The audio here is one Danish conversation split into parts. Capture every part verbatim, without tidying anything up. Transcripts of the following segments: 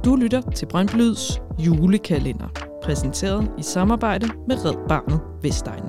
Du lytter til Brøndby Lyds julekalender, præsenteret i samarbejde med Red Barnet Vestegnen.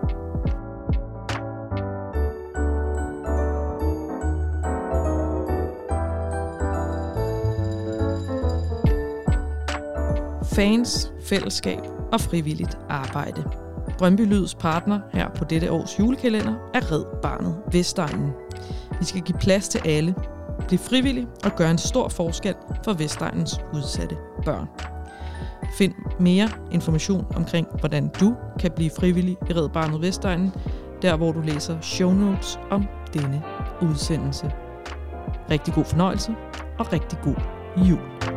Fans, fællesskab og frivilligt arbejde. Brøndby Lyds partner her på dette års julekalender er Red Barnet Vestegnen. Vi skal give plads til alle, blive frivillig og gøre en stor forskel for Vestegnens udsatte børn. Find mere information omkring, hvordan du kan blive frivillig i Red Barnet Vestegnen, der hvor du læser show notes om denne udsendelse. Rigtig god fornøjelse og rigtig god jul.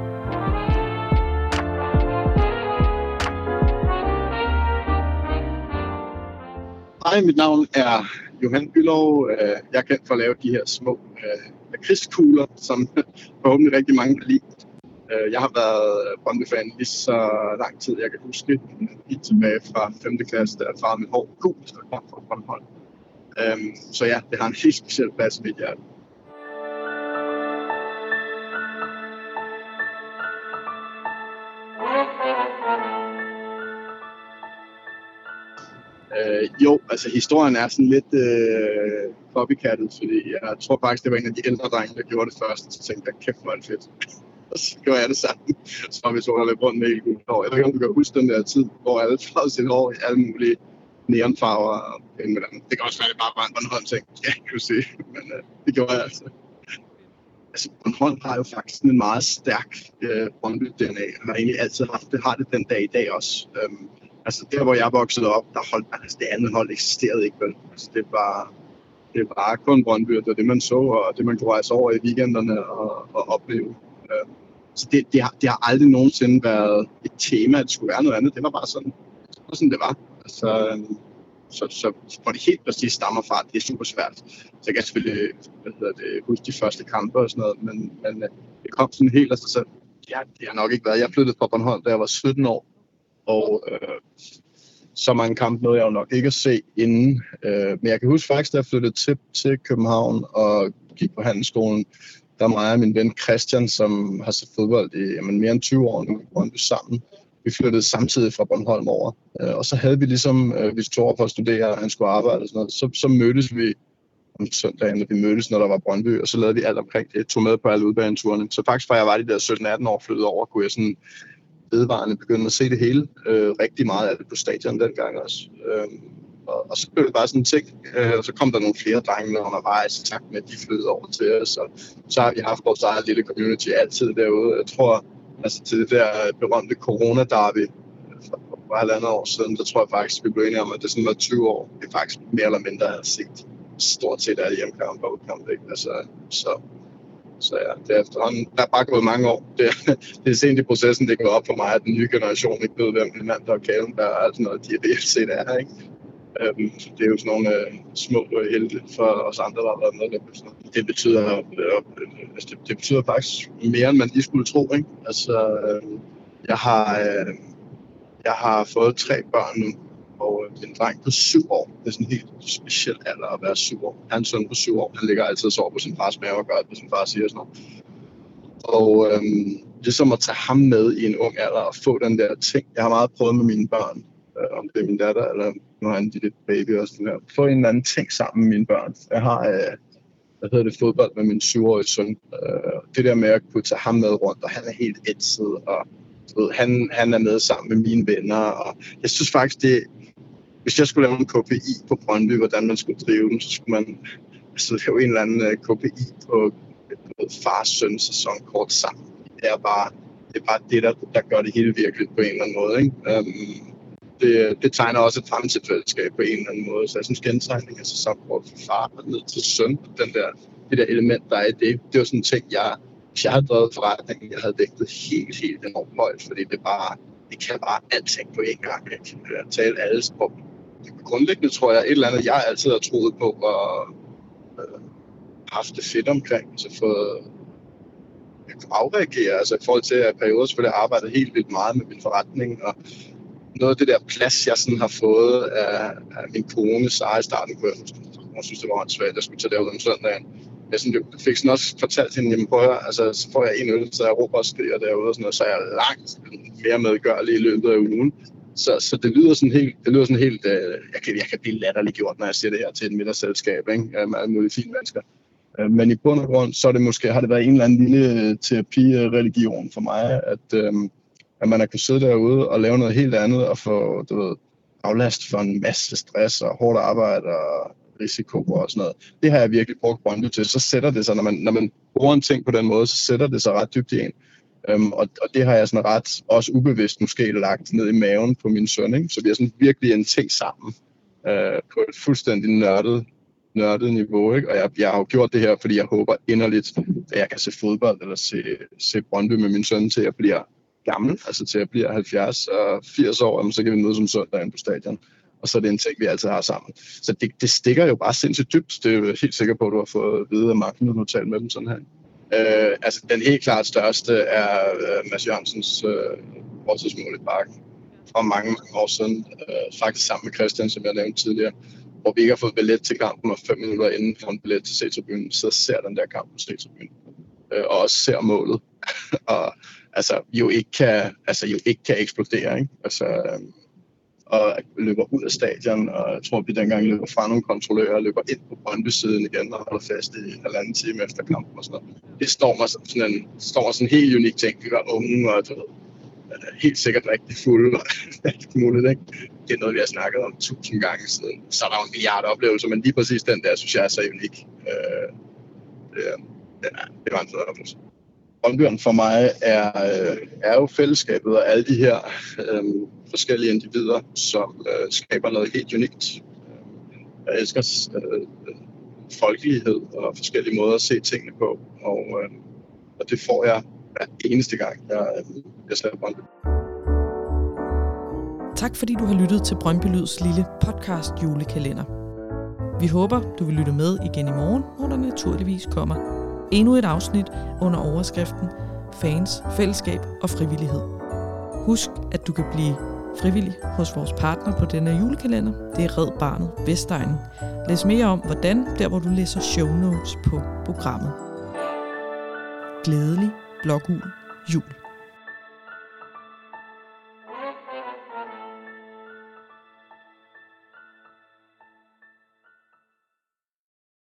Hej, mit navn er Johan Bylov. Jeg er kendt for at lave de her små lakridskugler, som forhåbentlig rigtig mange kan lide. Jeg har været Brøndby-fan lige så lang tid, jeg kan huske. Helt tilbage fra femte klasse, da jeg farvede mit hår gult, så jeg kom fra Brøndby. Så ja, det har en helt speciel plads i mit hjerte. Øh, jo, altså historien er sådan lidt øh, copycattet, fordi jeg tror faktisk, det var en af de ældre drenge, der gjorde det først, så tænkte jeg, kæft, hvor er det fedt. Og så gjorde jeg det sammen, så var vi så der lidt rundt med hele gult hår. Jeg ved ikke, om du kan huske den der tid, hvor alle farvede sit hår i alle mulige neonfarver. Og det kan også være, det bare var en Bornholm-ting, ja, kan du se, men øh, det gjorde jeg altså. Altså, Bornholm har jo faktisk en meget stærk øh, Brøndby-D N A, og har egentlig altid haft det, har det den dag i dag også. Øhm, Altså der, hvor jeg voksede op, der holdt altså, det andet hold eksisterede ikke vel. Altså det var, det var kun Brøndby, det var det, man så, og det, man kunne rejse over i weekenderne og, og opleve. Så det, det, har, det har aldrig nogensinde været et tema, at det skulle være noget andet. Det var bare sådan, det var sådan det var. Altså, så, så hvor det helt præcis stammer fra, det er super svært. Så jeg kan selvfølgelig hvad hedder det, huske de første kampe og sådan noget, men, men det kom sådan helt af sig selv. Ja, det har nok ikke været. Jeg flyttede fra Bornholm, da jeg var sytten år. Og øh, så mange kampe nåede jeg jo nok ikke at se inden. Øh, men jeg kan huske faktisk, da jeg flyttede til, til København og gik på handelsskolen, der var mig og min ven Christian, som har set fodbold i jamen, mere end tyve år nu i Brøndby sammen. Vi flyttede samtidig fra Bornholm over. Øh, og så havde vi ligesom, øh, vi stod over for at studere, og han skulle arbejde og sådan noget. Så, så mødtes vi om søndagen, og vi mødtes, når der var Brøndby, og så lavede vi alt omkring det. Tog med på alle udbaneturene. Så faktisk, fra jeg var de der sytten atten år flyttet over, kunne jeg sådan vedvarende begyndte at se det hele. Øh, rigtig meget af det på stadion dengang også. Øh, og, og så blev det bare sådan en ting. Øh, og så kom der nogle flere drenge med undervejs, i takt med, at de flyttede over til os. Og så har vi haft vores eget lille community altid derude. Jeg tror, altså til det der berømte corona-derby for halvandet år siden, der tror jeg faktisk, vi blev enige om, at det sådan var tyve år. Det er faktisk mere eller mindre, jeg har set stort set alle hjemmekamp og udkamp. Altså, så Så ja, det er efterhånden, der er bare gået mange år. Det, det er sent i processen, det går op for mig, at den nye generation ikke ved, hvem det mand, der er Kallenberg og alt sådan noget, de reelt set er her, ikke? Um, det er jo sådan nogle uh, små uh, helte for os andre, der har været med. Det betyder, uh, altså, det, det betyder faktisk mere, end man lige skulle tro, ikke? Altså, uh, jeg har, uh, jeg har fået tre børn nu, og uh, en dreng på syv år. Det er sådan en helt speciel alder at være syv år. Hans søn på syv år, han ligger altid og sover på sin fars mave og gør alt, hvad sin far siger og sådan noget. Og øhm, det er som at tage ham med i en ung alder og få den der ting. Jeg har meget prøvet med mine børn, øh, om det er min datter, eller nu har han de lidt baby og sådan der. Få en eller anden ting sammen med mine børn. Jeg har, øh, hvad hedder det, fodbold med min syvårige søn. Øh, det der med at kunne tage ham med rundt, og han er helt ætset, og ved, han, han er med sammen med mine venner. Og jeg synes faktisk, det hvis jeg skulle lave en K P I på Brøndby, hvordan man skulle drive den, så skulle man altså, lave en eller anden K P I på far-søn sæsonkort sammen. Det er bare det, er bare det der, der gør det hele virkelig på en eller anden måde. Ikke? Um, det, det tegner også et fremtidsfællesskab på en eller anden måde. Så jeg synes, gentegning af sæsonkort fra far ned til søn, den der, det der element, der er i det, det var sådan en ting, jeg, hvis jeg havde drevet forretningen, jeg havde vægtet helt, helt enormt højt, fordi det bare, det kan bare alting på en gang. Jeg kan tale alle sprog. Grundlæggende tror jeg, et eller andet, jeg altid har troet på, og øh, haft det fedt omkring, så få jeg kunne afreagere, altså i forhold til, at perioder selvfølgelig har arbejdet helt vildt meget med min forretning, og noget af det der plads, jeg sådan har fået af, af min kone, Sara i starten, kunne jeg, jeg synes, det var svært, at jeg skulle tage derud om søndagen. jeg sådan, jeg fik sådan også fortalt til hende, jamen prøv at høre, altså, så får jeg en øl, så jeg råber og skriger derude og sådan noget, så er jeg langt mere medgørlig i løbet af ugen. Så, så det lyder sådan helt, det lyder sådan helt øh, jeg, kan, jeg kan blive latterliggjort, når jeg siger det her til et middagsselskab, ikke? Med alle mulige fine mennesker. Øh, men i bund og grund, så er det måske, har det været en eller anden lille terapi-religion for mig, at, øh, at man har kunnet sidde derude og lave noget helt andet og få, du ved, aflast for en masse stress og hårdt arbejde og risiko og sådan noget. Det har jeg virkelig brugt Brøndby til. Så sætter det sig, når man, når man bruger en ting på den måde, så sætter det sig ret dybt i en. Um, og, og det har jeg sådan ret, også ubevidst måske, lagt ned i maven på min søn, ikke? Så vi er sådan virkelig en ting sammen uh, på et fuldstændig nørdet, nørdet niveau, ikke? Og jeg, jeg har jo gjort det her, fordi jeg håber inderligt, at jeg kan se fodbold eller se, se Brøndby med min søn, til jeg bliver gammel, altså til jeg bliver halvfjerds og firs år, jamen, så kan vi mødes om søndagen på stadion. Og så er det en ting, vi altid har sammen. Så det, det stikker jo bare sindssygt dybt. Det er jo helt sikker på, at du har fået at vide af Marken, når du har talt med dem sådan her. Øh, altså, den helt klart største er uh, Mads Jørgensens uh, fortidsmål i Parken fra mange, mange år siden. Uh, faktisk sammen med Christian, som jeg nævnte tidligere, hvor vi ikke har fået billet til kampen, og fem minutter inden for en billet til C-tribunen, så ser den der kamp på C-tribunen. Uh, og også ser målet. og altså, jo ikke kan, altså, jo ikke kan eksplodere, ikke? Altså, um, og løber ud af stadion, og jeg tror, at vi dengang løber fra nogle kontrollører og løber ind på Brøndby-siden igen og holder fast i en halvanden time efter kampen og sådan noget. Det står mig sådan en, står mig sådan en helt unik ting. Vi var unge og du ved, helt sikkert rigtig fulde og alt muligt, ikke? Det er noget, vi har snakket om tusind gange siden. Så er der jo en milliard oplevelser, men lige præcis den der, synes jeg er så unik. Øh, det, det, det var en fed oplevelse. Brøndbyerne for mig er, er jo fællesskabet og alle de her øh, forskellige individer, som øh, skaber noget helt unikt. Jeg elsker øh, folkelighed og forskellige måder at se tingene på, og, øh, og det får jeg hver eneste gang, jeg, jeg ser Brøndby. Tak fordi du har lyttet til Brøndby Lyds lille podcast julekalender. Vi håber, du vil lytte med igen i morgen, hvor der naturligvis kommer endnu et afsnit under overskriften Fans, Fællesskab og Frivillighed. Husk, at du kan blive frivillig hos vores partner på denne julekalender. Det er Red Barnet Vestegnen. Læs mere om, hvordan, der hvor du læser show notes på programmet. Glædelig blågul jul.